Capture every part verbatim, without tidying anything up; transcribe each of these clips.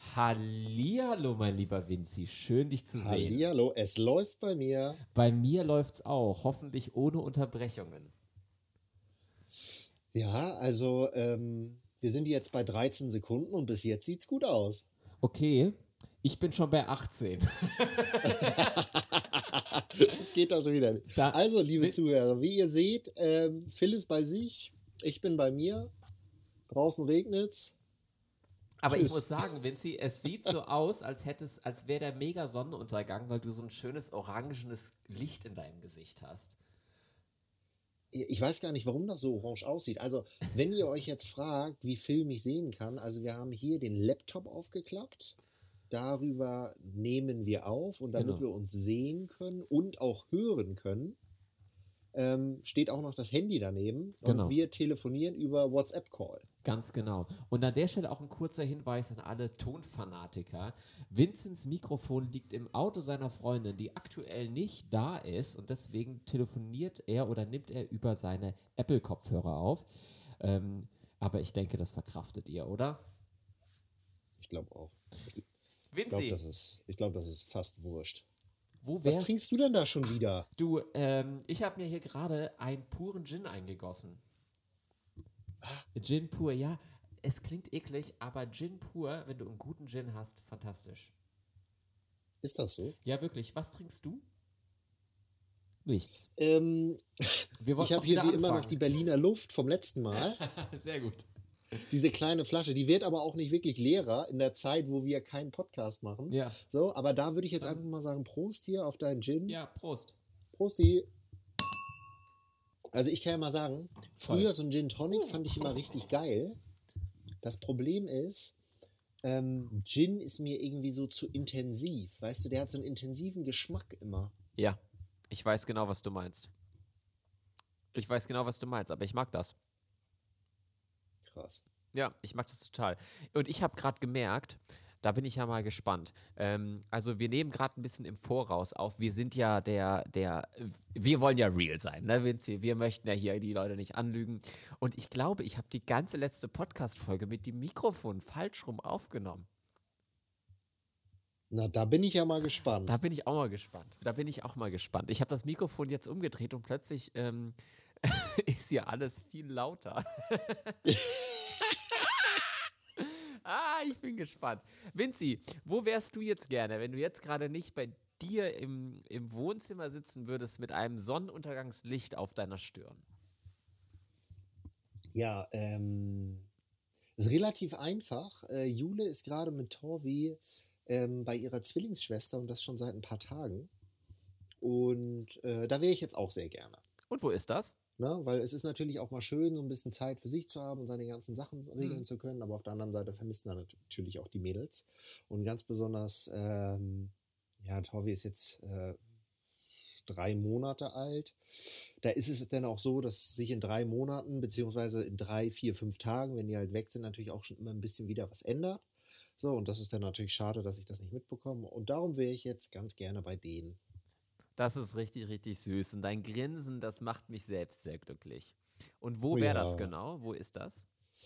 Hallihallo, mein lieber Vinci, schön dich zu sehen. Hallihallo, es läuft bei mir. Bei mir läuft's auch, hoffentlich ohne Unterbrechungen. Ja, also ähm, wir sind jetzt bei dreizehn Sekunden und bis jetzt sieht's gut aus. Okay, ich bin schon bei achtzehn. Das geht doch wieder nicht. Da- Also, liebe Wi- Zuhörer, wie ihr seht, ähm, Phil ist bei sich, ich bin bei mir. Draußen regnet's. Aber ich Tschüss. muss sagen, Vinci, es sieht so aus, als hättest, als wäre der mega Sonnenuntergang, weil du so ein schönes orangenes Licht in deinem Gesicht hast. Ich weiß gar nicht, warum das so orange aussieht. Also, wenn ihr euch jetzt fragt, wie Phil mich sehen kann, also wir haben hier den Laptop aufgeklappt. Darüber nehmen wir auf und damit Genau. wir uns sehen können und auch hören können, ähm, steht auch noch das Handy daneben und Genau. wir telefonieren über WhatsApp-Call. Ganz genau. Und an der Stelle auch ein kurzer Hinweis an alle Tonfanatiker. Vincents Mikrofon liegt im Auto seiner Freundin, die aktuell nicht da ist und deswegen telefoniert er oder nimmt er über seine Apple-Kopfhörer auf. Ähm, aber ich denke, das verkraftet ihr, oder? Ich glaube auch. Ich glaube, Vinci, das ist, ich glaube, das ist fast wurscht. wo Was wärst trinkst du denn da schon wieder? du? Ähm, ich habe mir hier gerade einen puren Gin eingegossen. Gin pur, ja. Es klingt eklig, aber Gin pur, wenn du einen guten Gin hast, fantastisch. Ist das so? Ja, wirklich. Was trinkst du? Nichts. Ähm, Wir wollten ich habe doch hier wieder wie immer noch anfangen. die Berliner Luft vom letzten Mal. Sehr gut. Diese kleine Flasche, die wird aber auch nicht wirklich leerer in der Zeit, wo wir keinen Podcast machen. Ja. So, aber da würde ich jetzt einfach mal sagen, Prost hier auf deinen Gin. Ja, Prost. Prosti. Also ich kann ja mal sagen, Voll. früher so ein Gin Tonic fand ich immer richtig geil. Das Problem ist, ähm, Gin ist mir irgendwie so zu intensiv. Weißt du, der hat so einen intensiven Geschmack immer. Ja, ich weiß genau, was du meinst. Ich weiß genau, was du meinst, aber ich mag das. Krass. Ja, ich mag das total. Und ich habe gerade gemerkt, da bin ich ja mal gespannt. Ähm, also wir nehmen gerade ein bisschen im Voraus auf. Wir sind ja der, der, wir wollen ja real sein, ne, Vinci? Wir möchten ja hier die Leute nicht anlügen. Und ich glaube, ich habe die ganze letzte Podcast-Folge mit dem Mikrofon falsch rum aufgenommen. Na, da bin ich ja mal gespannt. Da bin ich auch mal gespannt. Da bin ich auch mal gespannt. Ich habe das Mikrofon jetzt umgedreht und plötzlich ähm, ist hier alles viel lauter. Ah, ich bin gespannt. Vinci, wo wärst du jetzt gerne, wenn du jetzt gerade nicht bei dir im, im Wohnzimmer sitzen würdest mit einem Sonnenuntergangslicht auf deiner Stirn? Ja, ähm, ist relativ einfach. Äh, Jule ist gerade mit Torvi ähm, bei ihrer Zwillingsschwester und das schon seit ein paar Tagen. Und äh, da wäre ich jetzt auch sehr gerne. Und wo ist das? Ne? Weil es ist natürlich auch mal schön, so ein bisschen Zeit für sich zu haben und seine ganzen Sachen regeln Mhm. zu können. Aber auf der anderen Seite vermisst man natürlich auch die Mädels. Und ganz besonders, ähm, ja, Torvi ist jetzt äh, drei Monate alt. Da ist es dann auch so, dass sich in drei Monaten, beziehungsweise in drei, vier, fünf Tagen, wenn die halt weg sind, natürlich auch schon immer ein bisschen wieder was ändert. So, und das ist dann natürlich schade, dass ich das nicht mitbekomme. Und darum wäre ich jetzt ganz gerne bei denen. Das ist richtig, richtig süß. Und dein Grinsen, das macht mich selbst sehr glücklich. Und wo Oh wäre ja. das genau? Wo ist das?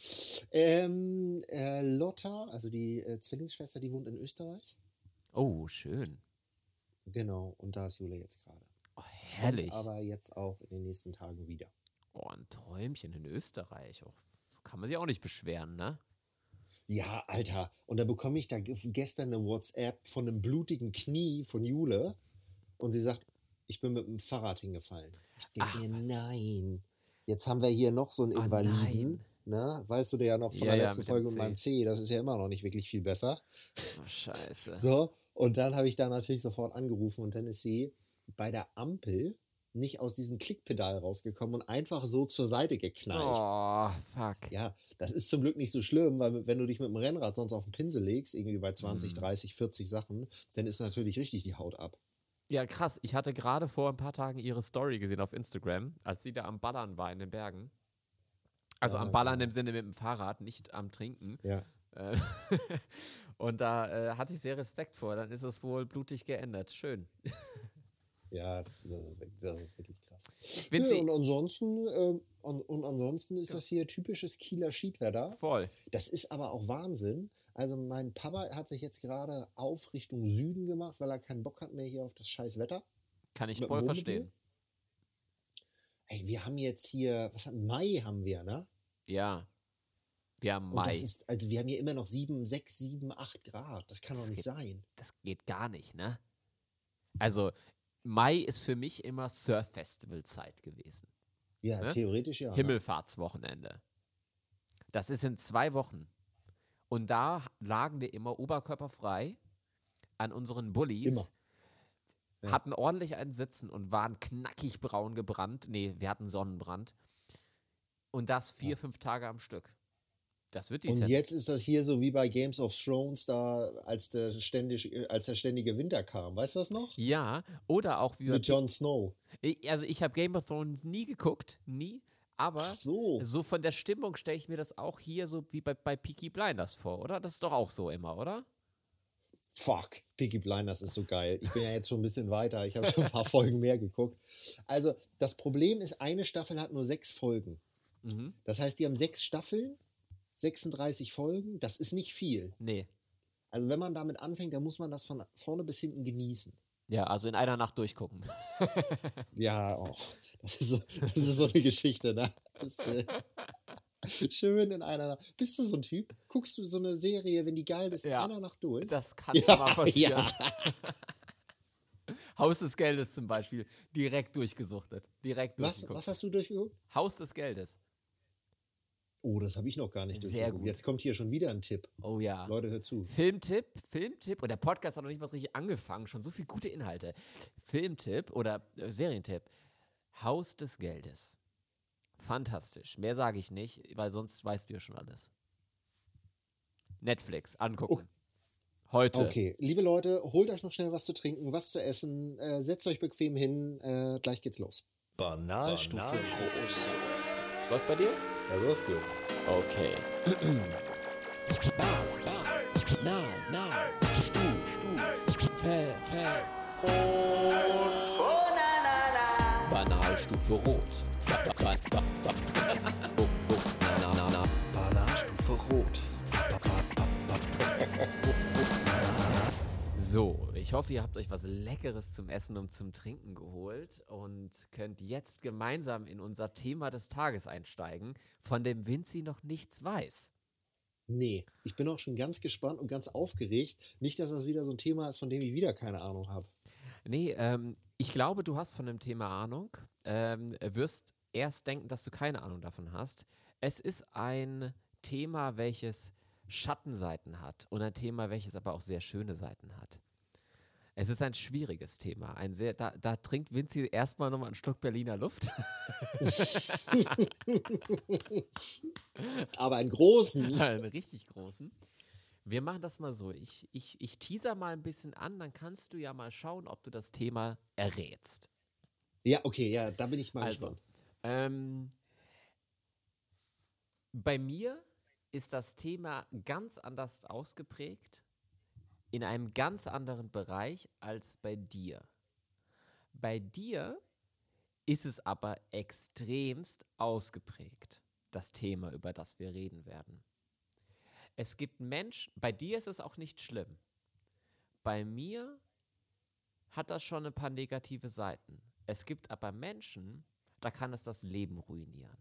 Ähm, äh, Lotta, also die äh, Zwillingsschwester, die wohnt in Österreich. Oh, schön. Genau, und da ist Jule jetzt gerade. Oh, herrlich. Kommt aber jetzt auch in den nächsten Tagen wieder. Oh, ein Träumchen in Österreich. Oh, kann man sich auch nicht beschweren, ne? Ja, Alter, und da bekomme ich da ge- gestern eine WhatsApp von einem blutigen Knie von Jule und sie sagt, ich bin mit dem Fahrrad hingefallen. Ich Ach, denke mir, was? nein. Jetzt haben wir hier noch so einen Oh, Invaliden. nein. Ne? Weißt du der ja noch von Ja, der ja, letzten mit dem Folge mit C. meinem C, das ist ja immer noch nicht wirklich viel besser. Oh, scheiße. So, und dann habe ich da natürlich sofort angerufen und dann ist sie bei der Ampel nicht aus diesem Klickpedal rausgekommen und einfach so zur Seite geknallt. Oh, fuck. Ja, das ist zum Glück nicht so schlimm, weil wenn du dich mit dem Rennrad sonst auf den Pinsel legst, irgendwie bei zwanzig, Mhm. dreißig, vierzig Sachen, dann ist natürlich richtig die Haut ab. Ja, krass. Ich hatte gerade vor ein paar Tagen ihre Story gesehen auf Instagram, als sie da am Ballern war in den Bergen. Also Ja, am Ballern genau. im Sinne mit dem Fahrrad, nicht am Trinken. Ja, Äh, Und da äh, hatte ich sehr Respekt vor. Dann ist es wohl blutig geendet. Schön. ja, das, das, ist, wirklich- das ist wirklich krass. Vinci- Ja, und ansonsten, ähm, und, und ansonsten ist das hier typisches Kieler Schiedwetter. Voll. Das ist aber auch Wahnsinn. Also mein Papa hat sich jetzt gerade auf Richtung Süden gemacht, weil er keinen Bock hat mehr hier auf das scheiß Wetter. Kann ich Mit dem voll Wohnmobil. verstehen. Ey, wir haben jetzt hier, was hat Mai haben wir, ne? Ja. Wir haben Und Mai. das ist, also wir haben hier immer noch sieben, sechs, sieben, acht Grad. Das kann Das doch nicht geht- sein. Das geht gar nicht, ne? Also, Mai ist für mich immer Surf-Festival-Zeit gewesen. Ja, Ne? theoretisch ja. Ne? Himmelfahrtswochenende. Das ist in zwei Wochen. Und da lagen wir immer oberkörperfrei an unseren Bullis, Immer. Ja. hatten ordentlich einen Sitzen und waren knackig braun gebrannt. Nee, wir hatten Sonnenbrand. Und das vier, Ja. fünf Tage am Stück. Das wird die Und Set- jetzt ist das hier so wie bei Games of Thrones, da als der, ständig, als der ständige Winter kam. Weißt du das noch? Ja, oder auch wie Mit Jon Snow. Ich- Also ich habe Game of Thrones nie geguckt, nie, aber Ach so. so von der Stimmung stelle ich mir das auch hier so wie bei, bei Peaky Blinders vor, oder? Das ist doch auch so immer, oder? Fuck, Peaky Blinders ist so geil. Ich bin ja jetzt schon ein bisschen weiter. Ich habe schon ein paar Folgen mehr geguckt. Also das Problem ist, eine Staffel hat nur sechs Folgen. Mhm. Das heißt, die haben sechs Staffeln, sechsunddreißig Folgen. Das ist nicht viel. Nee. Also wenn man damit anfängt, dann muss man das von vorne bis hinten genießen. Ja, also in einer Nacht durchgucken. Ja, oh, das, ist so, das ist so eine Geschichte, ne? Das, äh, schön in einer Nacht. Bist du so ein Typ? Guckst du so eine Serie, wenn die geil ist, in Ja. einer Nacht durch? Das kann Ja, mal passieren. ja. Haus des Geldes zum Beispiel, direkt durchgesuchtet. Direkt Was, durchgeguckt. was hast du durchgeguckt? Haus des Geldes. Oh, das habe ich noch gar nicht Sehr durchgeguckt. gut. Jetzt kommt hier schon wieder ein Tipp. Oh ja. Leute, hört zu. Filmtipp, Filmtipp, und der Podcast hat noch nicht mal richtig angefangen, schon so viele gute Inhalte. Filmtipp oder äh, Serientipp, Haus des Geldes. Fantastisch. Mehr sage ich nicht, weil sonst weißt du ja schon alles. Netflix, angucken. Heute. Okay, liebe Leute, holt euch noch schnell was zu trinken, was zu essen, äh, setzt euch bequem hin, äh, gleich geht's los. Banalstufe Rot. Läuft bei dir? Ja, so ist gut. Okay. Ba, ba, na, na, stu, stu, fä, fä. Banalstufe Rot. Ba, ba, ba, ba, ba. Buch, buch, na, na, na, na. Banalstufe Rot. Ba, ba, ba, ba, So, ich hoffe, ihr habt euch was Leckeres zum Essen und zum Trinken geholt und könnt jetzt gemeinsam in unser Thema des Tages einsteigen, von dem Vinci noch nichts weiß. Nee, ich bin auch schon ganz gespannt und ganz aufgeregt. Nicht, dass das wieder so ein Thema ist, von dem ich wieder keine Ahnung habe. Nee, ähm, ich glaube, du hast von dem Thema Ahnung, ähm, wirst erst denken, dass du keine Ahnung davon hast. Es ist ein Thema, welches Schattenseiten hat und ein Thema, welches aber auch sehr schöne Seiten hat. Es ist ein schwieriges Thema. Ein sehr, da, da trinkt Vinci erstmal nochmal einen Schluck Berliner Luft. Aber einen großen. Einen richtig großen. Wir machen das mal so. Ich, ich, ich teaser mal ein bisschen an, dann kannst du ja mal schauen, ob du das Thema errätst. Ja, okay, ja, da bin ich mal Also, gespannt. ähm, bei mir ist das Thema ganz anders ausgeprägt, in einem ganz anderen Bereich als bei dir. Bei dir ist es aber extremst ausgeprägt, das Thema, über das wir reden werden. Es gibt Menschen, bei dir ist es auch nicht schlimm. Bei mir hat das schon ein paar negative Seiten. Es gibt aber Menschen, da kann es das Leben ruinieren.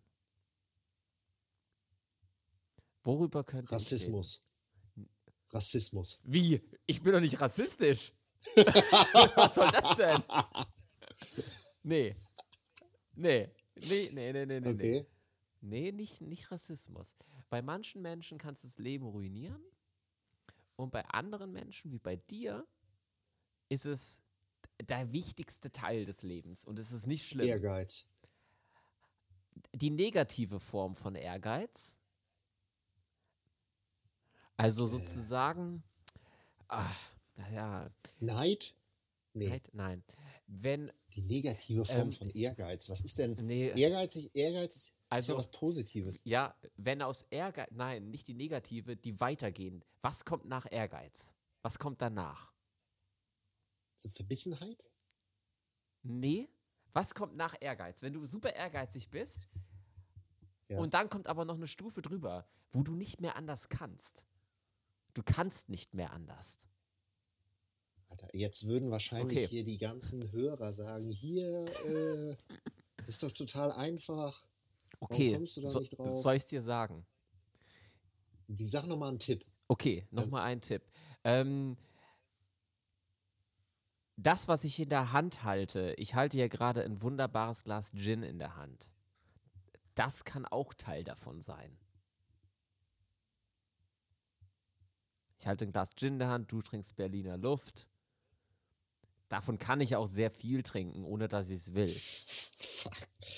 Worüber könnte Rassismus. Rassismus. ich reden? Wie? Ich bin doch nicht rassistisch. Was soll das denn? Nee. Nee. Nee, nee, nee, nee, nee. Okay. Nee, nicht, nicht Rassismus. Bei manchen Menschen kannst du das Leben ruinieren und bei anderen Menschen, wie bei dir, ist es der wichtigste Teil des Lebens und es ist nicht schlimm. Ehrgeiz. Die negative Form von Ehrgeiz, also sozusagen, ach, ja, Neid? Nee, Neid, nein. Wenn, die negative Form Ähm, von Ehrgeiz. Was ist denn nee, ehrgeizig? Ehrgeiz ist Also- ja was Positives. ja, wenn aus Ehrgeiz, nein, nicht die negative, die weitergehen. Was kommt nach Ehrgeiz? Was kommt danach? So Verbissenheit? Nee, was kommt nach Ehrgeiz? Wenn du super ehrgeizig bist Ja. und dann kommt aber noch eine Stufe drüber, wo du nicht mehr anders kannst. Du kannst nicht mehr anders. Alter, jetzt würden wahrscheinlich Okay. hier die ganzen Hörer sagen, hier, äh, ist doch total einfach. Warum Okay, kommst du da so, nicht drauf? soll ich es dir sagen? Die sag nochmal einen Tipp. Okay, Also- nochmal ein Tipp. Ähm, das, was ich in der Hand halte, ich halte hier gerade ein wunderbares Glas Gin in der Hand. Das kann auch Teil davon sein. Ich halte ein Glas Gin in der Hand, du trinkst Berliner Luft. Davon kann ich auch sehr viel trinken, ohne dass ich es will. Fuck.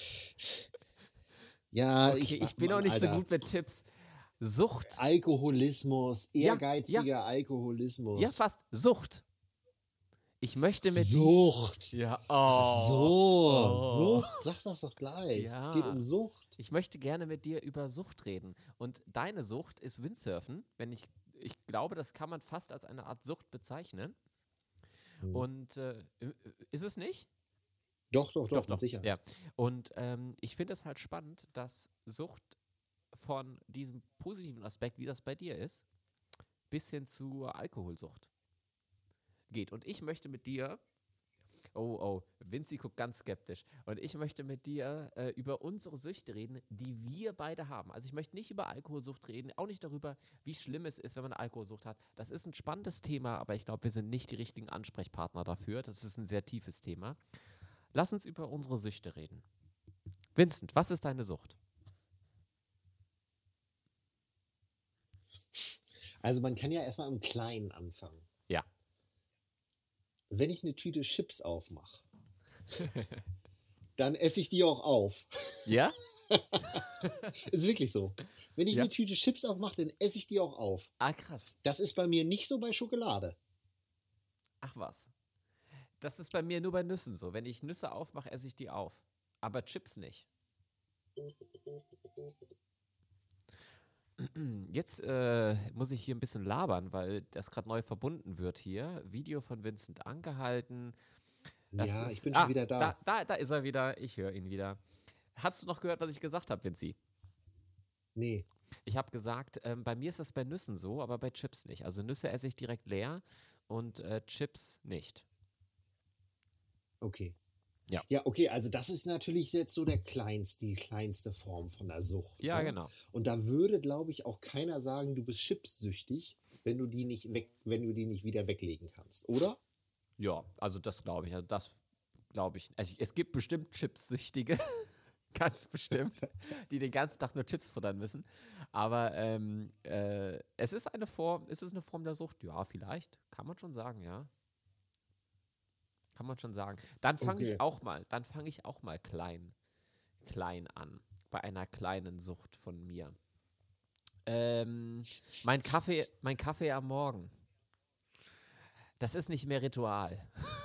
Ja, Okay, ich, ich bin Mann, auch nicht Alter. so gut mit Tipps. Sucht. Alkoholismus, Ja, ehrgeiziger Alkoholismus. Ja, fast. Sucht. Ich möchte mit dir. Sucht. Ja, oh. So, Oh. Sucht, sag das doch gleich. Ja. Es geht um Sucht. Ich möchte gerne mit dir über Sucht reden. Und deine Sucht ist Windsurfen. Wenn ich, ich glaube, das kann man fast als eine Art Sucht bezeichnen. Hm. Und äh, ist es nicht? Doch, doch, doch, mit Sicherheit. Ja. Und ähm, ich finde es halt spannend, dass Sucht von diesem positiven Aspekt, wie das bei dir ist, bis hin zur Alkoholsucht geht. Und ich möchte mit dir, oh, oh, Vinci guckt ganz skeptisch, und ich möchte mit dir äh, über unsere Süchte reden, die wir beide haben. Also ich möchte nicht über Alkoholsucht reden, auch nicht darüber, wie schlimm es ist, wenn man eine Alkoholsucht hat. Das ist ein spannendes Thema, aber ich glaube, wir sind nicht die richtigen Ansprechpartner dafür. Das ist ein sehr tiefes Thema. Lass uns über unsere Süchte reden. Vincent, was ist deine Sucht? Also man kann ja erstmal im Kleinen anfangen. Ja. Wenn ich eine Tüte Chips aufmache, dann esse ich die auch auf. Ja? Ist wirklich so. Wenn ich Ja. eine Tüte Chips aufmache, dann esse ich die auch auf. Ah, krass. Das ist bei mir nicht so bei Schokolade. Ach was. Das ist bei mir nur bei Nüssen so. Wenn ich Nüsse aufmache, esse ich die auf. Aber Chips nicht. Jetzt äh, muss ich hier ein bisschen labern, weil das gerade neu verbunden wird hier. Video von Vincent angehalten. Das ja, ist- ich bin ah, schon wieder da. da. Da, da ist er wieder. Ich höre ihn wieder. Hast du noch gehört, was ich gesagt habe, Vinci? Nee. Ich habe gesagt, ähm, bei mir ist das bei Nüssen so, aber bei Chips nicht. Also Nüsse esse ich direkt leer und äh, Chips nicht. Okay. Ja. Ja, okay, also das ist natürlich jetzt so der kleinste, die kleinste Form von der Sucht. Ja, ne? genau. Und da würde, glaube ich, auch keiner sagen, du bist chipssüchtig, wenn du die nicht weg, wenn du die nicht wieder weglegen kannst, oder? Ja, also das glaube ich. Also das glaube ich. Also es gibt bestimmt Chipssüchtige, ganz bestimmt, die den ganzen Tag nur Chips futtern müssen. Aber ähm, äh, es ist eine Form, ist es eine Form der Sucht? Ja, vielleicht. Kann man schon sagen, ja. Kann man schon sagen. Dann fange Okay. ich auch mal, dann fange ich auch mal klein, klein an. Bei einer kleinen Sucht von mir. Ähm, mein Kaffee, mein Kaffee am Morgen. Das ist nicht mehr Ritual.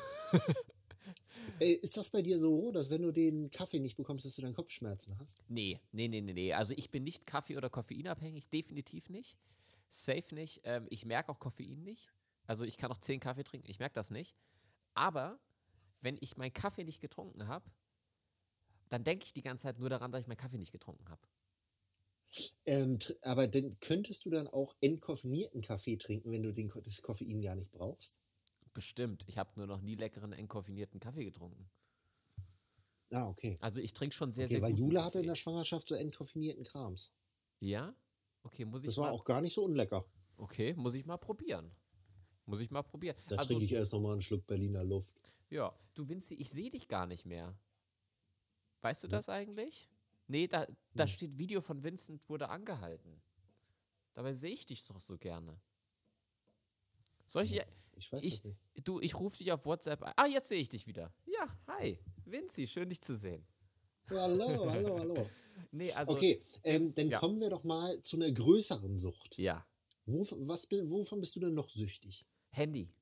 Äh, ist das bei dir so, dass wenn du den Kaffee nicht bekommst, dass du dann Kopfschmerzen hast? Nee, nee, nee, nee, nee. Also ich bin nicht Kaffee- oder Koffeinabhängig, definitiv nicht. Safe nicht. Ähm, ich merke auch Koffein nicht. Also ich kann auch zehn Kaffee trinken, ich merke das nicht. Aber wenn ich meinen Kaffee nicht getrunken habe, dann denke ich die ganze Zeit nur daran, dass ich meinen Kaffee nicht getrunken habe. Ähm, tr- aber dann könntest du dann auch entkoffinierten Kaffee trinken, wenn du den, Ko- das Koffein gar nicht brauchst? Bestimmt. Ich habe nur noch nie leckeren, entkoffinierten Kaffee getrunken. Ah, okay. Also ich trinke schon sehr, Okay, sehr weil guten Jule hatte in der Kaffee. Schwangerschaft so entkoffinierten Krams. Ja? Okay, muss ich Das war mal, auch gar nicht so unlecker. okay, muss ich mal probieren. Muss ich mal probieren. Da Also, trinke ich erst nochmal einen Schluck Berliner Luft. ja, du Vinci, ich sehe dich gar nicht mehr. Weißt du Ne? das eigentlich? Nee, da, da Hm. steht Video von Vincent wurde angehalten. Dabei sehe ich dich doch so gerne. Soll ich, Ja, Ich weiß ich, das nicht. du, ich rufe dich auf WhatsApp an. Ah, jetzt sehe ich dich wieder. Ja, hi, Vinci, schön dich zu sehen. Ja, hallo, hallo, hallo. Nee, also, Okay, ähm, dann ja. kommen wir doch mal zu einer größeren Sucht. ja, Wo, was, bi- wovon bist du denn noch süchtig? Handy.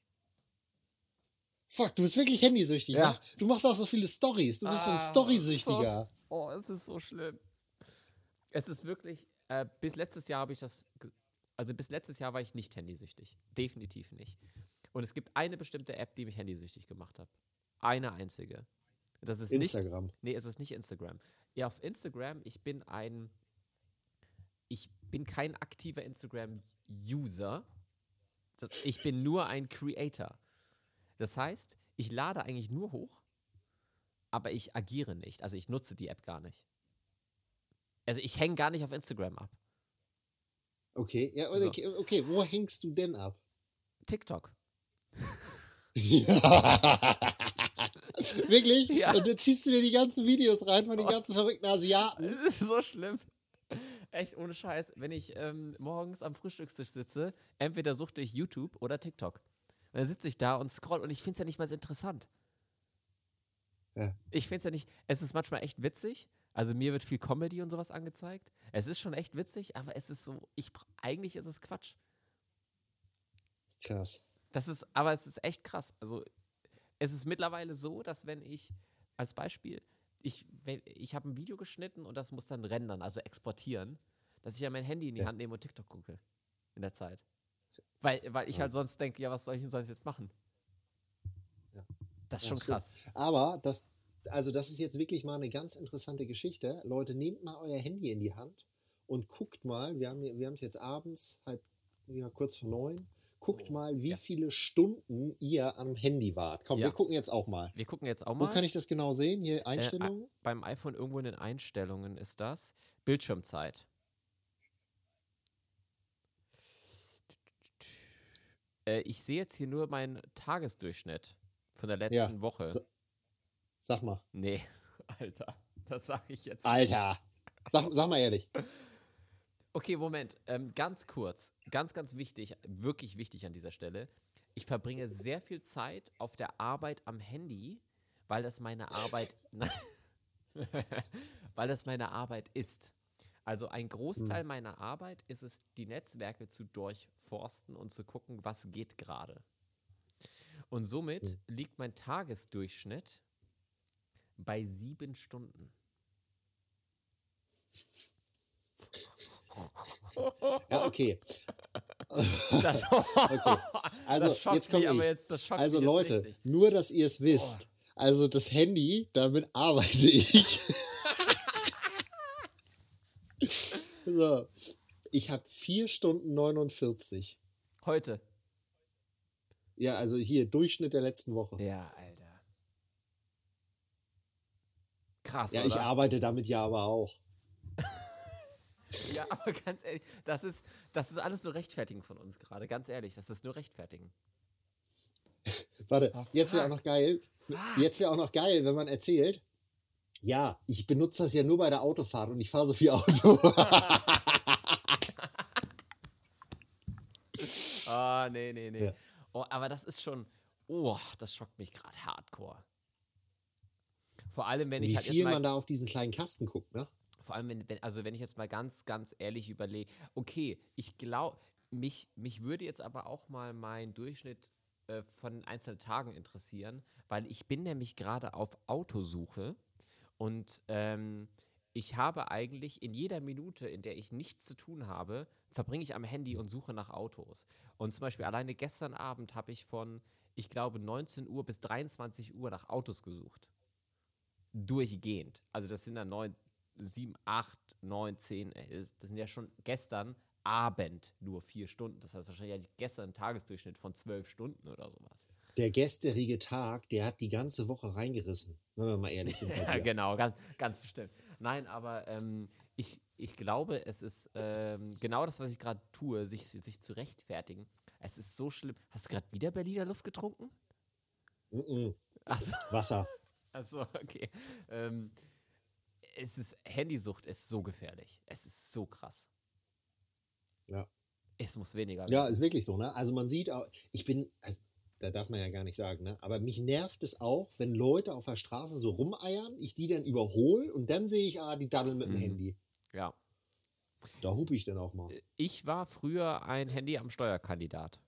Fuck, du bist wirklich handysüchtig, Ja. ne? Du machst auch so viele Stories. Du bist so ein Ah, Storysüchtiger. So, oh, es ist so schlimm. Es ist wirklich, äh, bis letztes Jahr habe ich das, ge- also bis letztes Jahr war ich nicht handysüchtig. Definitiv nicht. Und es gibt eine bestimmte App, die mich handysüchtig gemacht hat. Eine einzige. Das ist nicht, Instagram. nee, es ist nicht Instagram. Ja, auf Instagram, ich bin ein, ich bin kein aktiver Instagram-User. Das- Ich bin nur ein Creator. Das heißt, ich lade eigentlich nur hoch, aber ich agiere nicht. Also ich nutze die App gar nicht. Also ich hänge gar nicht auf Instagram ab. Okay, ja, So. okay, okay, wo hängst du denn ab? TikTok. Wirklich? Ja. Und dann ziehst du dir die ganzen Videos rein von den ganzen verrückten Asiaten. Das ist so schlimm. Echt ohne Scheiß. Wenn ich ähm, morgens am Frühstückstisch sitze, entweder suchte ich YouTube oder TikTok. Und dann sitze ich da und scroll und ich finde es ja nicht mal so interessant. Ja. Ich finde es ja nicht, es ist manchmal echt witzig. Also mir wird viel Comedy und sowas angezeigt. Es ist schon echt witzig, aber es ist so, ich eigentlich ist es Quatsch. Krass. Das ist, aber es ist echt krass. Also es ist mittlerweile so, dass wenn ich, als Beispiel, ich, wenn- ich habe ein Video geschnitten und das muss dann rendern, also exportieren, dass ich ja mein Handy in die Ja. Hand nehme und TikTok gucke in der Zeit. Weil, weil ich Ja. halt sonst denke, ja, was soll ich denn sonst jetzt machen? Ja. Das ist Ja, schon stimmt. krass. Aber das, also das ist jetzt wirklich mal eine ganz interessante Geschichte. Leute, nehmt mal euer Handy in die Hand und guckt mal, wir haben wir haben es jetzt abends, halb, ja, kurz vor neun, guckt Oh, mal, wie ja. viele Stunden ihr am Handy wart. Komm, Ja. wir gucken jetzt auch mal. Wir gucken jetzt auch Wo mal. kann ich das genau sehen? Hier Äh, Einstellungen? a- beim iPhone irgendwo in den Einstellungen ist das. Bildschirmzeit. Äh, ich sehe jetzt hier nur meinen Tagesdurchschnitt von der letzten Ja. Woche. So. Sag mal. Nee, Alter, das sage ich jetzt. Alter. Sag, sag mal ehrlich. Okay, Moment. Ähm, ganz kurz. Ganz, ganz wichtig. Wirklich wichtig an dieser Stelle. Ich verbringe sehr viel Zeit auf der Arbeit am Handy, weil das meine Arbeit. weil das meine Arbeit ist. Also ein Großteil meiner Arbeit ist es, die Netzwerke zu durchforsten und zu gucken, was geht gerade. Und somit liegt mein Tagesdurchschnitt bei sieben Stunden. Ja, okay. Das, Okay. Also, das schockt jetzt komm mich, aber ich. jetzt, das schockt Also mich jetzt Leute, richtig. nur dass ihr es wisst. Also das Handy, damit arbeite ich. So. Ich habe vier Stunden neunundvierzig. Heute. Ja, also hier, Durchschnitt der letzten Woche. Ja, Alter. Krass, Ja, oder? ich arbeite damit ja aber auch. Ja, aber ganz ehrlich, das ist, das ist alles nur Rechtfertigen von uns gerade. Ganz ehrlich, das ist nur Rechtfertigen. Warte, Oh, jetzt wäre auch fuck. noch geil. Jetzt wäre auch noch geil, wenn man erzählt, ja, ich benutze das ja nur bei der Autofahrt und ich fahre so viel Auto. Ah, nee, nee, nee. Ja. Oh, aber das ist schon, oh, das schockt mich gerade hardcore. Vor allem, wenn ich Wie halt jetzt viel mal, man da auf diesen kleinen Kasten guckt, ne? vor allem, wenn, wenn, also wenn ich jetzt mal ganz, ganz ehrlich überlege, okay, ich glaube, mich, mich würde jetzt aber auch mal mein Durchschnitt äh, von einzelnen Tagen interessieren, weil ich bin nämlich gerade auf Autosuche und ähm, ich habe eigentlich in jeder Minute, in der ich nichts zu tun habe, verbringe ich am Handy und suche nach Autos. Und zum Beispiel alleine gestern Abend habe ich von, ich glaube, neunzehn Uhr bis dreiundzwanzig Uhr nach Autos gesucht. Durchgehend. Also das sind dann neun, sieben, acht, neun, zehn, äh, das das sind ja schon gestern Abend nur vier Stunden. Das heißt wahrscheinlich ja gestern ein Tagesdurchschnitt von zwölf Stunden oder sowas. Der gestrige Tag, der hat die ganze Woche reingerissen, wenn wir mal ehrlich sind. bei Ja, dir. genau, ganz, ganz bestimmt. Nein, aber ähm, ich, ich glaube, es ist ähm, genau das, was ich gerade tue, sich, sich zu rechtfertigen. Es ist so schlimm. Hast du gerade wieder Berliner Luft getrunken? Mm-mm. Achso, Wasser. achso, okay. Ähm, es ist, Handysucht ist so gefährlich. Es ist so krass. Ja. Es muss weniger Ja, werden. ist wirklich so, ne? Also man sieht auch, ich bin, also, da darf man ja gar nicht sagen, ne? Aber mich nervt es auch, wenn Leute auf der Straße so rumeiern, ich die dann überhole und dann sehe ich, ah, die daddeln mit dem Mhm. Handy. Ja. Da hupe ich dann auch mal. Ich war früher ein Handy am Steuerkandidat.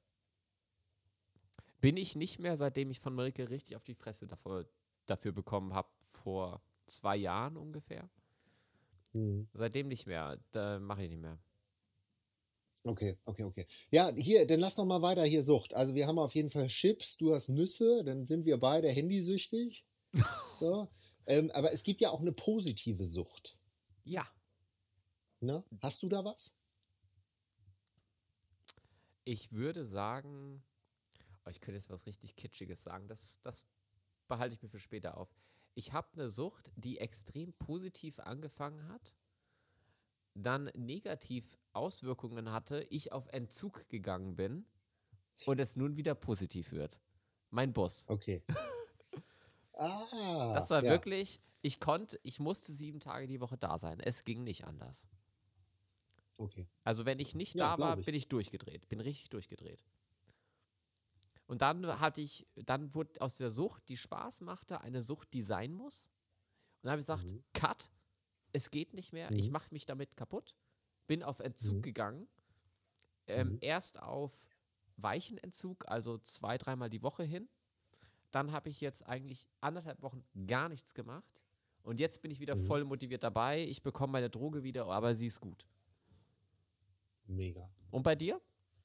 Bin ich nicht mehr, seitdem ich von Marike richtig auf die Fresse dafür, dafür bekommen habe, vor zwei Jahren ungefähr. Hm. Seitdem nicht mehr. Da mache ich nicht mehr. Okay, okay, okay. Ja, hier, dann lass noch mal weiter hier Sucht. Also wir haben auf jeden Fall Chips, du hast Nüsse, dann sind wir beide handysüchtig. So. Ähm, aber es gibt ja auch eine positive Sucht. Ja. Ne? Hast du da was? Ich würde sagen, oh, ich könnte jetzt was richtig Kitschiges sagen, das, das behalte ich mir für später auf. Ich habe eine Sucht, die extrem positiv angefangen hat, dann negativ Auswirkungen hatte, ich auf Entzug gegangen bin und es nun wieder positiv wird. Mein Bus. Okay. Ah, Das war ja. wirklich, ich konnte, ich musste sieben Tage die Woche da sein. Es ging nicht anders. Okay. Also wenn ich nicht Ja, da war, glaub ich. bin ich durchgedreht. Bin richtig durchgedreht. Und dann hatte ich, dann wurde aus der Sucht, die Spaß machte, eine Sucht, die sein muss. Und dann habe ich gesagt, Mhm. Cut, es geht nicht mehr, Mhm. ich mache mich damit kaputt. Bin auf Entzug Mhm. gegangen. Ähm, Mhm. Erst auf weichen Entzug, also zwei, dreimal die Woche hin. Dann habe ich jetzt eigentlich anderthalb Wochen gar nichts gemacht. Und jetzt bin ich wieder Mhm. voll motiviert dabei. Ich bekomme meine Droge wieder, aber sie ist gut. Mega. Und bei dir?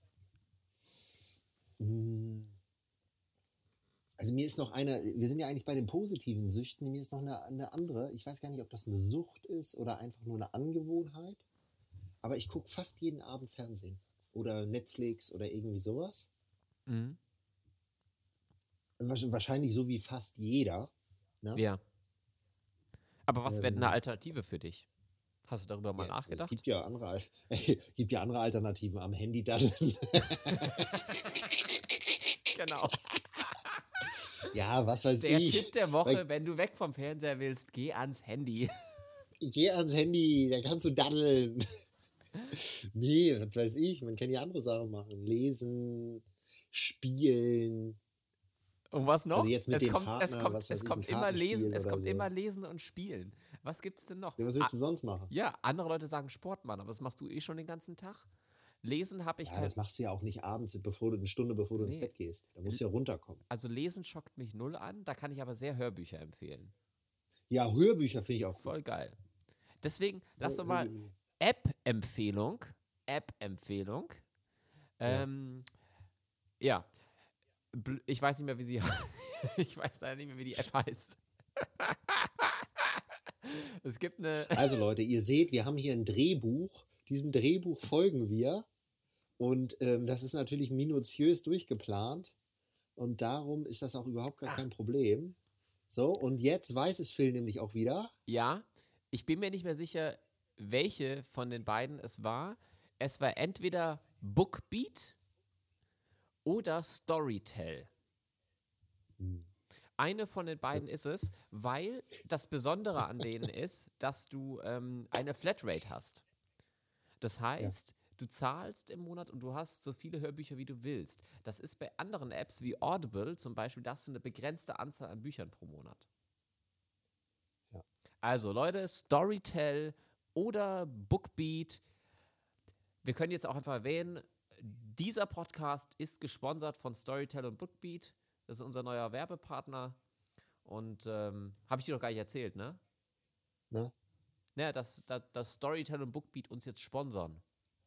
Mm. Also mir ist noch eine, wir sind ja eigentlich bei den positiven Süchten, mir ist noch eine, eine andere, ich weiß gar nicht, ob das eine Sucht ist oder einfach nur eine Angewohnheit, aber ich gucke fast jeden Abend Fernsehen oder Netflix oder irgendwie sowas. Mhm. Wahrsch- Wahrscheinlich so wie fast jeder. Ne? Ja. Aber was wäre Ähm, eine Alternative für dich? Hast du darüber mal ja, nachgedacht? Es gibt ja andere, Al- gibt ja andere Alternativen am Handy daddeln. Genau. Ja, was weiß Der ich. Tipp der Woche, Weil- wenn du weg vom Fernseher willst, geh ans Handy. Geh ans Handy, da kannst du daddeln. Nee, was weiß ich, man kann ja andere Sachen machen. Lesen, spielen. Und was noch? Also jetzt mit es dem kommt, es Partner, kommt, was weiß es ich, kommt ein immer Lesen, Kartenspiel es oder kommt so. immer Lesen und Spielen. Was gibt's denn noch? Ja, was willst du sonst machen? Ja, andere Leute sagen Sport, Mann, aber das machst du eh schon den ganzen Tag. Lesen habe ich Ja, kein, das machst du ja auch nicht abends, bevor du eine Stunde bevor du ins Nee. Bett gehst. Da musst du ja runterkommen. also Lesen schockt mich null an, da kann ich aber sehr Hörbücher empfehlen. Ja, Hörbücher finde ich auch gut. Voll geil. Deswegen, lass Hör- doch mal Hörbücher. App-Empfehlung. App-Empfehlung. Ja. Ähm, ja. Bl- Ich weiß nicht mehr, wie sie Ich weiß leider nicht mehr, wie die App heißt. Es gibt eine. Also Leute, ihr seht, wir haben hier ein Drehbuch. Diesem Drehbuch folgen wir. Und ähm, das ist natürlich minutiös durchgeplant. Und darum ist das auch überhaupt gar kein Problem. So, und jetzt weiß es Phil nämlich auch wieder. Ja, ich bin mir nicht mehr sicher, welche von den beiden es war. Es war entweder Bookbeat oder Storytel. Hm. Eine von den beiden ist es, weil das Besondere an denen ist, dass du ähm, eine Flatrate hast. Das heißt, du zahlst im Monat und du hast so viele Hörbücher, wie du willst. Das ist bei anderen Apps wie Audible zum Beispiel, da hast du eine begrenzte Anzahl an Büchern pro Monat. Ja. Also Leute, Storytel oder Bookbeat. Wir können jetzt auch einfach erwähnen, dieser Podcast ist gesponsert von Storytel und Bookbeat. Das ist unser neuer Werbepartner. Und ähm, habe ich dir doch gar nicht erzählt, ne? Ne? Ja, dass, dass, dass Storytel und Bookbeat uns jetzt sponsern.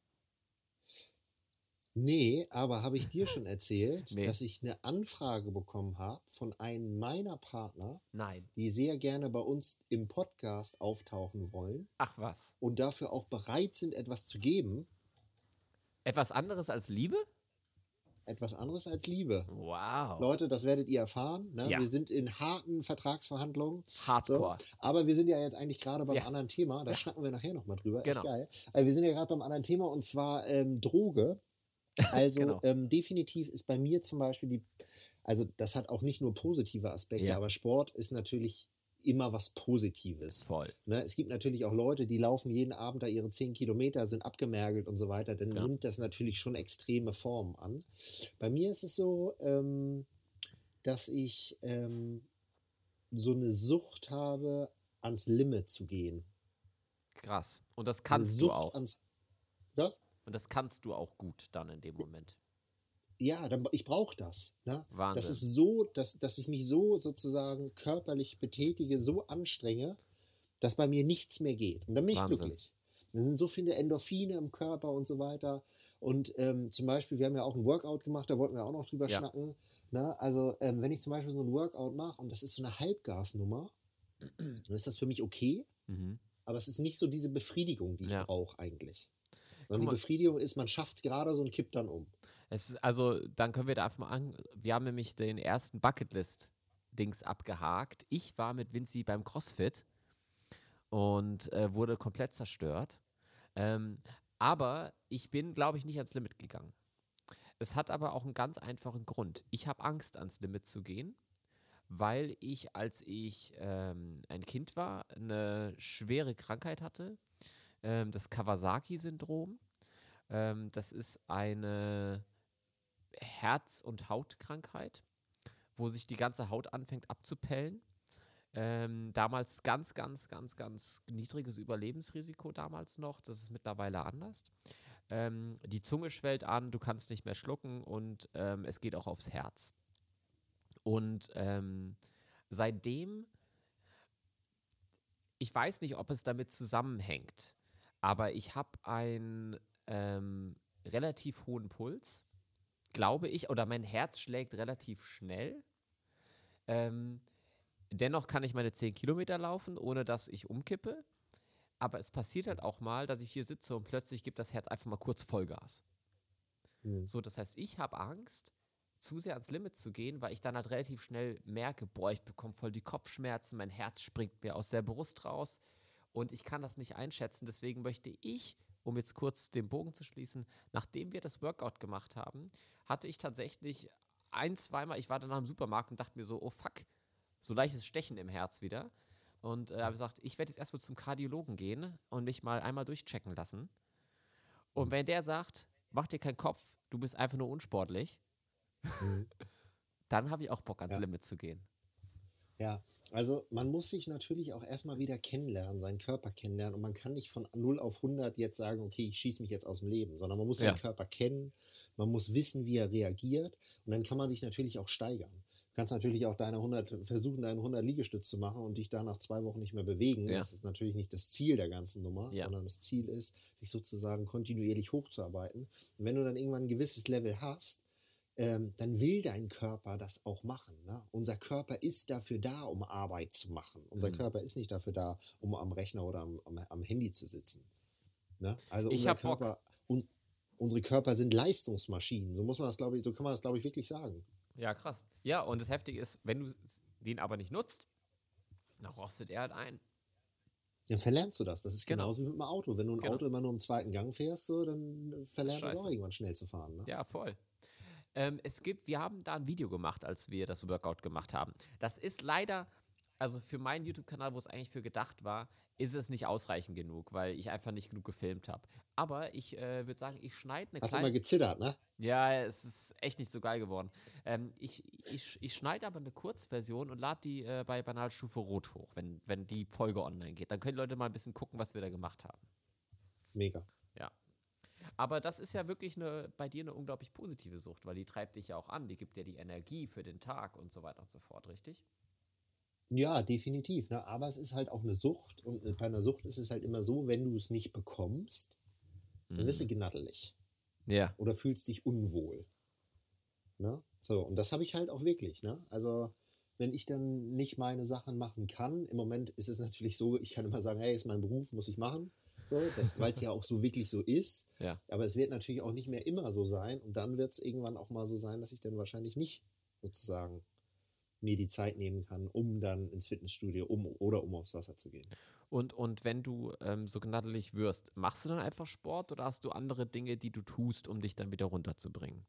Nee, aber habe ich dir schon erzählt, Nee. dass ich eine Anfrage bekommen habe von einem meiner Partner, Nein. die sehr gerne bei uns im Podcast auftauchen wollen Ach was. und dafür auch bereit sind, etwas zu geben. Etwas anderes als Liebe? Etwas anderes als Liebe. Wow. Leute, das werdet ihr erfahren. Ne? Ja. Wir sind in harten Vertragsverhandlungen. Hardcore. So, aber wir sind ja jetzt eigentlich gerade beim Ja. anderen Thema. Da Ja. schnacken wir nachher nochmal drüber. Genau. Echt geil. Also wir sind ja gerade beim anderen Thema und zwar ähm, Droge. Also Genau. ähm, definitiv ist bei mir zum Beispiel die, also das hat auch nicht nur positive Aspekte, Ja. aber Sport ist natürlich immer was Positives. Voll. Ne? Es gibt natürlich auch Leute, die laufen jeden Abend da ihre zehn Kilometer, sind abgemergelt und so weiter. Dann Ja. nimmt das natürlich schon extreme Formen an. Bei mir ist es so, ähm, dass ich ähm, so eine Sucht habe, ans Limit zu gehen. Krass. Und das Eine kannst du Sucht auch. ans. Was? Und das kannst du auch gut dann in dem Moment. Ja, dann, ich brauche das. Ne? Wahnsinn. Das ist so, dass, dass ich mich so sozusagen körperlich betätige, so anstrenge, dass bei mir nichts mehr geht. Und dann bin ich Wahnsinn. glücklich. Dann sind so viele Endorphine im Körper und so weiter. Und ähm, zum Beispiel, wir haben ja auch ein Workout gemacht, da wollten wir auch noch drüber Ja. schnacken. Ne? Also, ähm, wenn ich zum Beispiel so ein Workout mache und das ist so eine Halbgasnummer, dann ist das für mich okay. Mhm. Aber es ist nicht so diese Befriedigung, die ich Ja. brauche eigentlich. Guck Sondern die mal. Befriedigung ist, man schafft es gerade so und kippt dann um. Es ist, also, dann können wir da einfach mal an. Wir haben nämlich den ersten Bucketlist-Dings abgehakt. Ich war mit Vinci beim CrossFit und äh, wurde komplett zerstört. Ähm, aber ich bin, glaube ich, nicht ans Limit gegangen. Es hat aber auch einen ganz einfachen Grund. Ich habe Angst, ans Limit zu gehen, weil ich, als ich ähm, ein Kind war, eine schwere Krankheit hatte, ähm, das Kawasaki-Syndrom. Ähm, das ist eine Herz- und Hautkrankheit, wo sich die ganze Haut anfängt abzupellen. Ähm, damals ganz, ganz, ganz, ganz niedriges Überlebensrisiko damals noch. Das ist mittlerweile anders. Ähm, die Zunge schwellt an, du kannst nicht mehr schlucken und ähm, es geht auch aufs Herz. Und ähm, seitdem, ich weiß nicht, ob es damit zusammenhängt, aber ich habe einen ähm, relativ hohen Puls, glaube ich, oder mein Herz schlägt relativ schnell. Ähm, dennoch kann ich meine zehn Kilometer laufen, ohne dass ich umkippe. Aber es passiert halt auch mal, dass ich hier sitze und plötzlich gibt das Herz einfach mal kurz Vollgas. Hm. So, das heißt, ich habe Angst, zu sehr ans Limit zu gehen, weil ich dann halt relativ schnell merke, boah, ich bekomme voll die Kopfschmerzen, mein Herz springt mir aus der Brust raus und ich kann das nicht einschätzen. Deswegen möchte ich, um jetzt kurz den Bogen zu schließen, nachdem wir das Workout gemacht haben, hatte ich tatsächlich ein, zweimal, ich war dann im Supermarkt und dachte mir so, oh fuck, so leichtes Stechen im Herz wieder. Und äh, habe gesagt, ich werde jetzt erstmal zum Kardiologen gehen und mich mal einmal durchchecken lassen. Und wenn der sagt, mach dir keinen Kopf, du bist einfach nur unsportlich, Mhm. dann habe ich auch Bock ans Ja. Limit zu gehen. Ja, also man muss sich natürlich auch erstmal wieder kennenlernen, seinen Körper kennenlernen und man kann nicht von null auf hundert jetzt sagen, okay, ich schieße mich jetzt aus dem Leben, sondern man muss Ja. seinen Körper kennen, man muss wissen, wie er reagiert und dann kann man sich natürlich auch steigern. Du kannst natürlich auch deine hundert, versuchen, deinen hundert Liegestütz zu machen und dich da nach zwei Wochen nicht mehr bewegen. Ja. Das ist natürlich nicht das Ziel der ganzen Nummer, Ja. sondern das Ziel ist, sich sozusagen kontinuierlich hochzuarbeiten. Und wenn du dann irgendwann ein gewisses Level hast, ähm, dann will dein Körper das auch machen. Ne? Unser Körper ist dafür da, um Arbeit zu machen. Unser Mhm. Körper ist nicht dafür da, um am Rechner oder am, am, am Handy zu sitzen. Ne? Also Ich unser hab Bock. Körper, un, unsere Körper sind Leistungsmaschinen. So muss man das, glaube ich, so kann man das, glaube ich, wirklich sagen. Ja, krass. Ja, und das Heftige ist, wenn du den aber nicht nutzt, dann rostet er halt ein. Dann verlernst du das. Das ist Genau. genauso wie mit dem Auto. Wenn du ein Genau. Auto immer nur im zweiten Gang fährst, so, dann verlernst du es scheiße. auch irgendwann schnell zu fahren. Ne? Ja, voll. Ähm, es gibt, wir haben da ein Video gemacht, als wir das Workout gemacht haben. Das ist leider, also für meinen YouTube-Kanal, wo es eigentlich für gedacht war, ist es nicht ausreichend genug, weil ich einfach nicht genug gefilmt habe. Aber ich äh, würde sagen, ich schneide eine Hast du kleine... mal gezittert, ne? Ja, es ist echt nicht so geil geworden. Ähm, ich ich, ich schneide aber eine Kurzversion und lade die äh, bei Banalstufe Rot hoch, wenn, wenn die Folge online geht. Dann können die Leute mal ein bisschen gucken, was wir da gemacht haben. Mega. Ja. Aber das ist ja wirklich eine, bei dir eine unglaublich positive Sucht, weil die treibt dich ja auch an, die gibt dir die Energie für den Tag und so weiter und so fort, richtig? Ja, definitiv. Ne? Aber es ist halt auch eine Sucht. Und bei einer Sucht ist es halt immer so, wenn du es nicht bekommst, dann wirst du gnattelig. Ja. Oder fühlst dich unwohl. Ne? So, und das habe ich halt auch wirklich. Ne? Also, wenn ich dann nicht meine Sachen machen kann, im Moment ist es natürlich so, ich kann immer sagen, hey, ist mein Beruf, muss ich machen. So, weil es ja auch so wirklich so ist. Ja. Aber es wird natürlich auch nicht mehr immer so sein. Und dann wird es irgendwann auch mal so sein, dass ich dann wahrscheinlich nicht sozusagen mir die Zeit nehmen kann, um dann ins Fitnessstudio um, oder um aufs Wasser zu gehen. Und, und wenn du ähm, so gnattelig wirst, machst du dann einfach Sport oder hast du andere Dinge, die du tust, um dich dann wieder runterzubringen?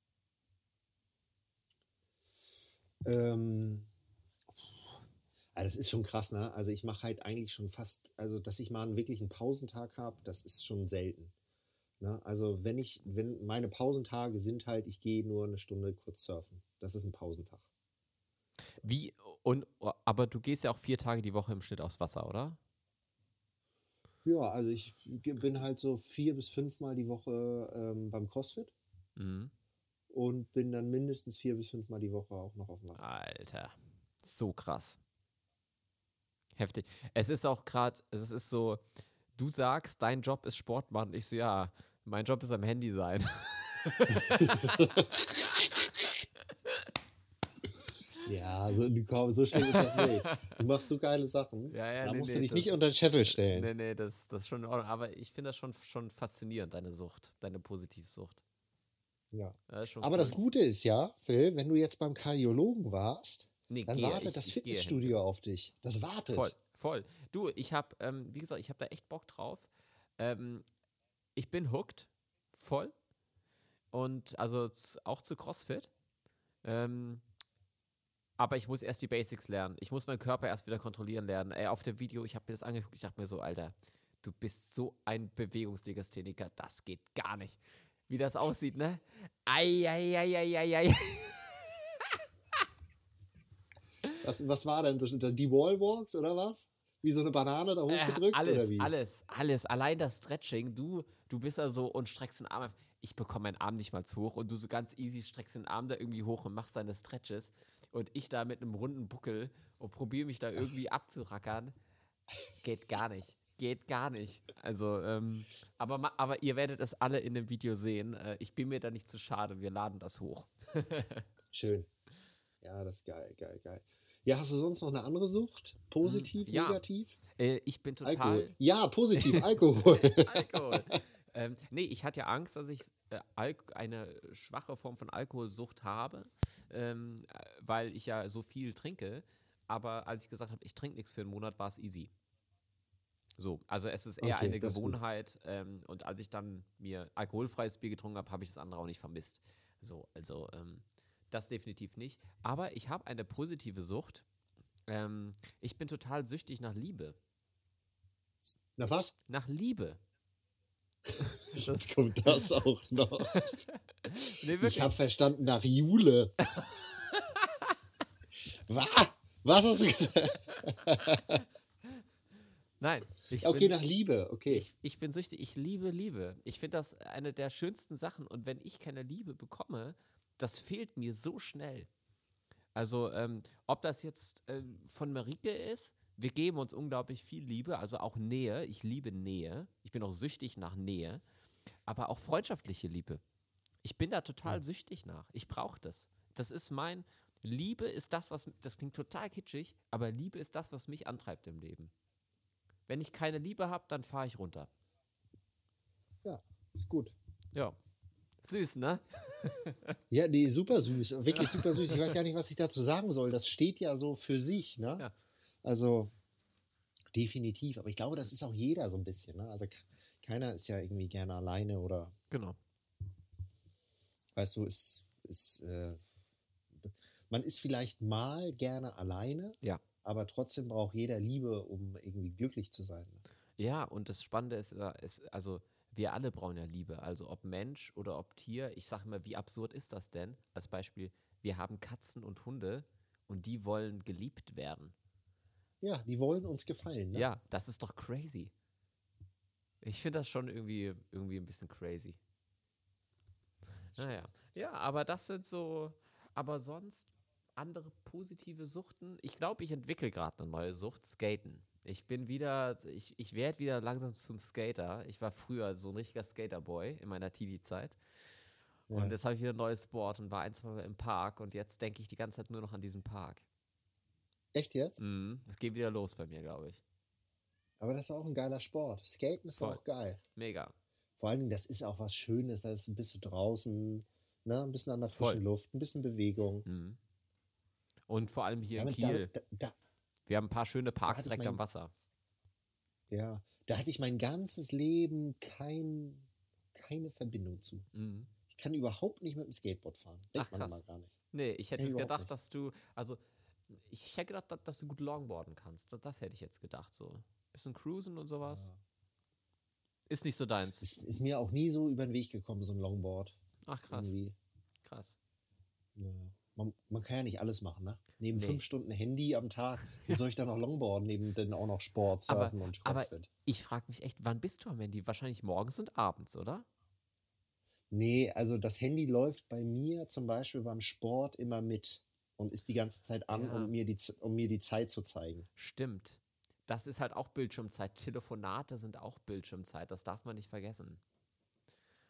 Ähm, also das ist schon krass, ne? Also ich mache halt eigentlich schon fast, also dass ich mal einen wirklichen Pausentag habe, das ist schon selten. Ne? Also wenn ich, wenn meine Pausentage sind halt, ich gehe nur eine Stunde kurz surfen. Das ist ein Pausentag. Wie, und, aber du gehst ja auch vier Tage die Woche im Schnitt aufs Wasser, oder? Ja, also ich bin halt so vier bis fünfmal die Woche ähm, beim CrossFit Mhm. und bin dann mindestens vier bis fünfmal die Woche auch noch auf dem Wasser. Alter, so krass. Heftig. Es ist auch gerade, es ist so, du sagst, dein Job ist Sport machen. Ich so, ja, mein Job ist am Handy sein. Ja, so, komm, so schlimm ist das nicht. Du machst so geile Sachen. Ja, ja, da nee, musst nee, du dich das- nicht unter den Scheffel stellen. Nee, nee, das, das ist schon in Ordnung. Aber ich finde das schon, schon faszinierend, deine Sucht, deine Positivsucht. Ja. Das ist schon Aber cool. das Gute ist ja, Phil, wenn du jetzt beim Kardiologen warst, Nee, dann gehe, wartet ich- das ich gehe hin. Fitnessstudio auf dich. Das wartet. Voll, voll. Du, ich habe, ähm, wie gesagt, ich habe da echt Bock drauf. Ähm, ich bin hooked, voll. Und also z- auch zu CrossFit. Ähm, aber ich muss erst die Basics lernen. Ich muss meinen Körper erst wieder kontrollieren lernen. Ey, auf dem Video, ich habe mir das angeguckt, ich dachte mir so, Alter, du bist so ein Bewegungslegastheniker, das geht gar nicht. Wie das aussieht, ne? Eieieiei. Was, was war denn so? Die Wallwalks oder was? Wie so eine Banane da Äh, hochgedrückt alles, oder wie? alles, alles. Allein das Stretching, du, du bist da so und streckst den Arm. auf- Ich bekomme meinen Arm nicht mal zu hoch und du so ganz easy streckst den Arm da irgendwie hoch und machst deine Stretches und ich da mit einem runden Buckel und probiere mich da irgendwie abzurackern. Geht gar nicht. Geht gar nicht. Also, ähm, aber, ma- aber ihr werdet es alle in dem Video sehen. Äh, ich bin mir da nicht zu schade. Wir laden das hoch. Schön. Ja, das ist geil, geil, geil. Ja, hast du sonst noch eine andere Sucht? Positiv, ja. negativ? Äh, ich bin total. Alkohol. Ja, positiv, Alkohol. Alkohol. ähm, nee, ich hatte ja Angst, dass ich äh, Alk eine schwache Form von Alkoholsucht habe, ähm, äh, weil ich ja so viel trinke. Aber als ich gesagt habe, ich trinke nichts für einen Monat, war es easy. So, also es ist eher Okay, eine das ist gut. Gewohnheit. Ähm, und als ich dann mir alkoholfreies Bier getrunken habe, habe ich das andere auch nicht vermisst. So, also ähm, das definitiv nicht. Aber ich habe eine positive Sucht. Ähm, ich bin total süchtig nach Liebe. Na was? Nach Liebe. Jetzt kommt das auch noch. Nee, Ich habe verstanden, nach Jule. Was? Was hast du gesagt? Nein, ich Okay, bin, nach Liebe, okay. ich, ich bin süchtig. Ich liebe Liebe. Ich finde das eine der schönsten Sachen. Und wenn ich keine Liebe bekomme, das fehlt mir so schnell. Also, ähm, ob das jetzt ähm, von Marike ist, wir geben uns unglaublich viel Liebe, also auch Nähe. Ich liebe Nähe. Ich bin auch süchtig nach Nähe, aber auch freundschaftliche Liebe. Ich bin da total süchtig nach. Ich brauche das. Das ist mein, Liebe ist das, was, das klingt total kitschig, aber Liebe ist das, was mich antreibt im Leben. Wenn ich keine Liebe habe, dann fahre ich runter. Ja, ist gut. Ja. Süß, ne? Ja, nee, super süß. Wirklich super süß. Ich weiß gar nicht, was ich dazu sagen soll. Das steht ja so für sich, ne? Ja. Also, definitiv. Aber ich glaube, das ist auch jeder so ein bisschen, ne? Also, ke- keiner ist ja irgendwie gerne alleine oder, Genau. weißt du, ist, ist, äh, man ist vielleicht mal gerne alleine, Ja. aber trotzdem braucht jeder Liebe, um irgendwie glücklich zu sein. Ja, und das Spannende ist, ja, ist, also wir alle brauchen ja Liebe. Also ob Mensch oder ob Tier. Ich sage mal, wie absurd ist das denn? Als Beispiel, wir haben Katzen und Hunde und die wollen geliebt werden. Ja, die wollen uns gefallen, ne? Ja, das ist doch crazy. Ich finde das schon irgendwie, irgendwie ein bisschen crazy. Naja. Ja, aber das sind so, aber sonst andere positive Suchten. Ich glaube, ich entwickle gerade eine neue Sucht, Skaten. Ich bin wieder, ich, ich werde wieder langsam zum Skater. Ich war früher so ein richtiger Skaterboy in meiner Teenie-Zeit. Und Ja. jetzt habe ich wieder ein neues Sport und war ein, zwei Mal im Park und jetzt denke ich die ganze Zeit nur noch an diesen Park. Echt jetzt? Mhm. Es geht wieder los bei mir, glaube ich. Aber das ist auch ein geiler Sport. Skaten ist Voll. auch geil. Mega. Vor allen Dingen, das ist auch was Schönes. Da ist ein bisschen draußen, ne? Ein bisschen an der frischen Voll. Luft, ein bisschen Bewegung. Mhm. Und vor allem hier Damit, in Kiel. Da, da, Wir haben ein paar schöne Parks hatte ich direkt mein- am Wasser. ja, da hatte ich mein ganzes Leben kein, keine Verbindung zu. Mhm. Ich kann überhaupt nicht mit dem Skateboard fahren. Denkt Ach, man krass. immer gar nicht. Nee, ich hätte Nee, jetzt überhaupt gedacht, nicht. dass du, also ich, ich hätte gedacht, dass, dass du gut longboarden kannst. Das, das hätte ich jetzt gedacht, so. Bisschen cruisen und sowas. Ja. Ist nicht so deins. Ist, ist mir auch nie so über den Weg gekommen, so ein Longboard. Ach, krass. Irgendwie. Krass. Ja. Man, man kann ja nicht alles machen, ne? Neben Nee. fünf Stunden Handy am Tag, wie soll ich dann noch Longboarden, neben dann auch noch Sport, Aber, Surfen und aber Crossfit? ich frage mich echt, wann bist du am Handy? Wahrscheinlich morgens und abends, oder? Nee, also das Handy läuft bei mir zum Beispiel beim Sport immer mit und ist die ganze Zeit an, Ja. um, mir die, Z- um mir die Zeit zu zeigen. Stimmt. Das ist halt auch Bildschirmzeit. Telefonate sind auch Bildschirmzeit. Das darf man nicht vergessen.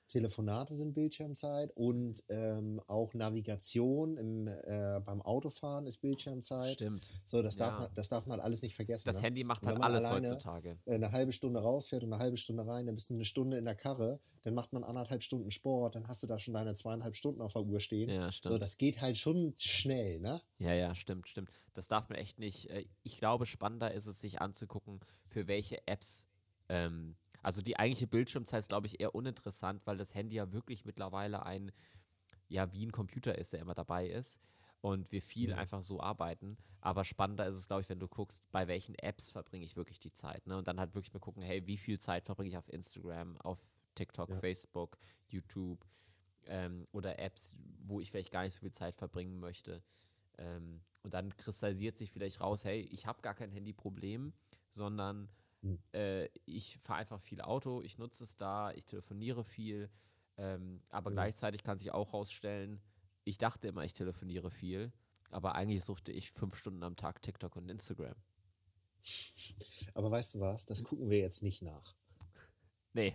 Telefonate sind Bildschirmzeit und ähm, auch Navigation im, äh, beim Autofahren ist Bildschirmzeit. Stimmt. So, das, darf Ja. man, das darf man alles nicht vergessen. Das ne? Handy macht Und wenn halt man alles alleine heutzutage. eine halbe Stunde rausfährt und eine halbe Stunde rein, dann bist du eine Stunde in der Karre, dann macht man anderthalb Stunden Sport, dann hast du da schon deine zweieinhalb Stunden auf der Uhr stehen. Ja, So, stimmt. das geht halt schon schnell, ne? Ja, ja, stimmt, stimmt. Das darf man echt nicht. äh, Ich glaube, spannender ist es, sich anzugucken, für welche Apps. Ähm, also die eigentliche Bildschirmzeit ist, glaube ich, eher uninteressant, weil das Handy ja wirklich mittlerweile ein, ja, wie ein Computer ist, der immer dabei ist. Und wir viel Mhm. einfach so arbeiten. Aber spannender ist es, glaube ich, wenn du guckst, bei welchen Apps verbringe ich wirklich die Zeit. Ne? Und dann halt wirklich mal gucken, hey, wie viel Zeit verbringe ich auf Instagram, auf TikTok, Ja. Facebook, YouTube ähm, oder Apps, wo ich vielleicht gar nicht so viel Zeit verbringen möchte. Ähm, und dann kristallisiert sich vielleicht raus, hey, ich habe gar kein Handyproblem, sondern Mhm. äh, ich fahre einfach viel Auto, ich nutze es da, ich telefoniere viel, ähm, aber Mhm. gleichzeitig kann sich auch rausstellen, ich dachte immer, ich telefoniere viel, aber eigentlich suchte ich fünf Stunden am Tag TikTok und Instagram. Aber weißt du was? Das gucken wir jetzt nicht nach. Nee.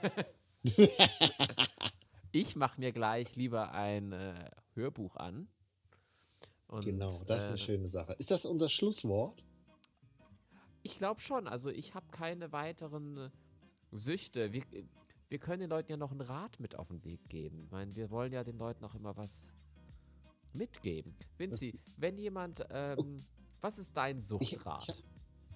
Ich mache mir gleich lieber ein äh, Hörbuch an. Und, Genau, das ist eine äh, schöne Sache. Ist das unser Schlusswort? Ich glaube schon. Also ich habe keine weiteren äh, Süchte. Wir, äh, wir können den Leuten ja noch einen Rat mit auf den Weg geben. Ich meine, wir wollen ja den Leuten auch immer was mitgeben. Vinci, wenn jemand, ähm, was ist dein Suchtrat? ich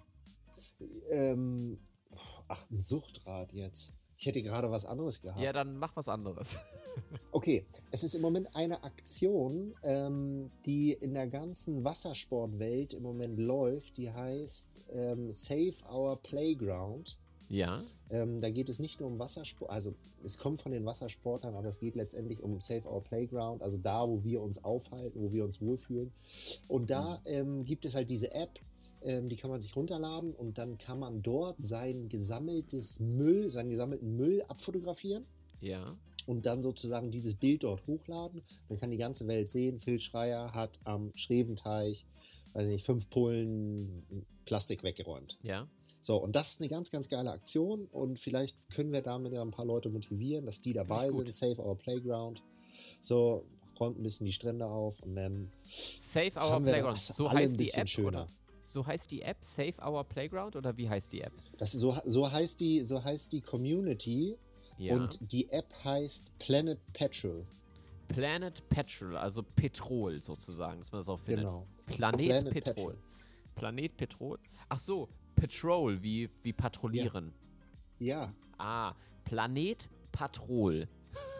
Ähm, ach, ein Suchtrat jetzt. Ich hätte gerade was anderes gehabt. Ja, dann mach was anderes. Okay, es ist im Moment eine Aktion, ähm, die in der ganzen Wassersportwelt im Moment läuft, die heißt ähm, Save Our Playground. Ja. Ähm, da geht es nicht nur um Wassersport, also es kommt von den Wassersportlern, aber es geht letztendlich um Save Our Playground, also da, wo wir uns aufhalten, wo wir uns wohlfühlen. Und da ähm, gibt es halt diese App, ähm, die kann man sich runterladen und dann kann man dort sein gesammeltes Müll, seinen gesammelten Müll abfotografieren. Ja. Und dann sozusagen dieses Bild dort hochladen. Dann kann die ganze Welt sehen, Phil Schreier hat am Schreventeich, weiß nicht, fünf Pullen Plastik weggeräumt. Ja. So, und das ist eine ganz, ganz geile Aktion und vielleicht können wir damit ja ein paar Leute motivieren, dass die dabei gut. sind. Save Our Playground. So, räumt ein bisschen die Strände auf und dann Save Our haben wir Playground. das So alle ein heißt die bisschen App, schöner. oder? So heißt die App Save Our Playground oder wie heißt die App? Das, so, so, heißt die, so heißt die Community Ja. und die App heißt Planet Petrol. Planet Petrol, also Petrol sozusagen, dass man das auch findet. Genau. Planet, Planet Petrol. Petrol. Planet Petrol. Ach so, Patrol, wie, wie patrouillieren. Ja, Ah, Planet Patrol.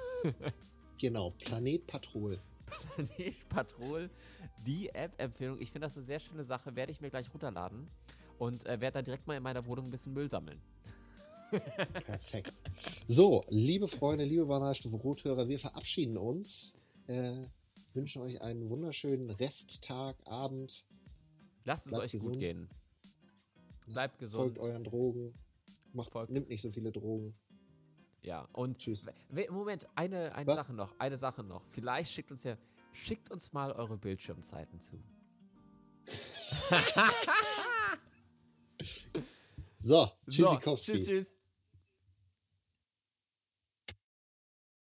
genau. Planet Patrol. Planet Patrol, die App-Empfehlung. Ich finde das eine sehr schöne Sache, werde ich mir gleich runterladen und äh, werde dann direkt mal in meiner Wohnung ein bisschen Müll sammeln. Perfekt. So, liebe Freunde, liebe Banalstufe Rothörer, wir verabschieden uns. Äh, wünschen euch einen wunderschönen Resttag, Abend. Lasst es Bleibt euch gesund. gut gehen. Bleibt gesund. Folgt euren Drogen. Macht, Folgt- nimmt nicht so viele Drogen. Ja, und Tschüss. we- Moment, eine, eine Was? Sache noch, eine Sache noch. Vielleicht schickt uns ja, schickt uns mal eure Bildschirmzeiten zu. So, So, Tschüssikowski. tschüss, tschüss.